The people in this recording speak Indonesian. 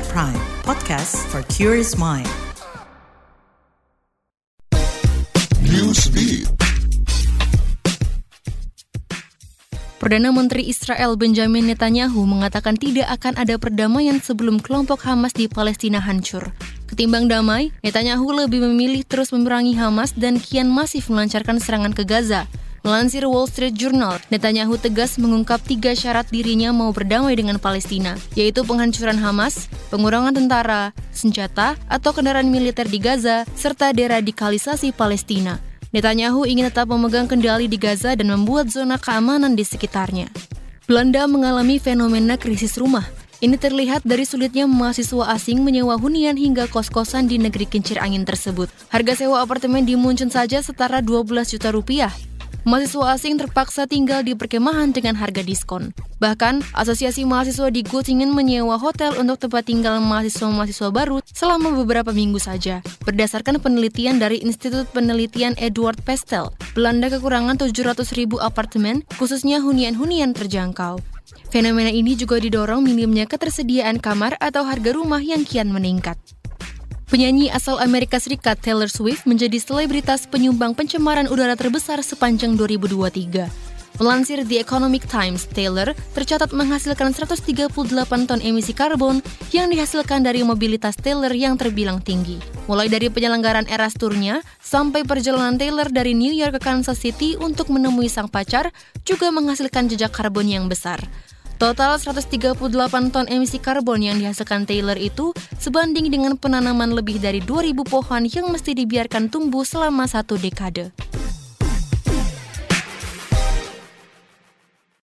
At Prime, podcast for curious mind. Newsbeat. Perdana Menteri Israel Benjamin Netanyahu mengatakan tidak akan ada perdamaian sebelum kelompok Hamas di Palestina hancur. Ketimbang damai, Netanyahu lebih memilih terus memerangi Hamas dan kian masif melancarkan serangan ke Gaza. Melansir Wall Street Journal, Netanyahu tegas mengungkap 3 syarat dirinya mau berdamai dengan Palestina, yaitu penghancuran Hamas, pengurangan tentara, senjata, atau kendaraan militer di Gaza, serta deradikalisasi Palestina. Netanyahu ingin tetap memegang kendali di Gaza dan membuat zona keamanan di sekitarnya. Belanda mengalami fenomena krisis rumah. Ini terlihat dari sulitnya mahasiswa asing menyewa hunian hingga kos-kosan di negeri kincir angin tersebut. Harga sewa apartemen di Munchen saja setara 12 juta rupiah. Mahasiswa asing terpaksa tinggal di perkemahan dengan harga diskon. Bahkan, Asosiasi Mahasiswa di Göttingen menyewa hotel untuk tempat tinggal mahasiswa-mahasiswa baru selama beberapa minggu saja. Berdasarkan penelitian dari Institut Penelitian Eduard Pestel, Belanda kekurangan 700.000 apartemen, khususnya hunian-hunian terjangkau. Fenomena ini juga didorong minimnya ketersediaan kamar atau harga rumah yang kian meningkat. Penyanyi asal Amerika Serikat Taylor Swift menjadi selebritas penyumbang pencemaran udara terbesar sepanjang 2023. Melansir The Economic Times, Taylor tercatat menghasilkan 138 ton emisi karbon yang dihasilkan dari mobilitas Taylor yang terbilang tinggi. Mulai dari penyelenggaraan Eras Tour-nya sampai perjalanan Taylor dari New York ke Kansas City untuk menemui sang pacar juga menghasilkan jejak karbon yang besar. Total 138 ton emisi karbon yang dihasilkan Taylor itu sebanding dengan penanaman lebih dari 2.000 pohon yang mesti dibiarkan tumbuh selama 1 dekade.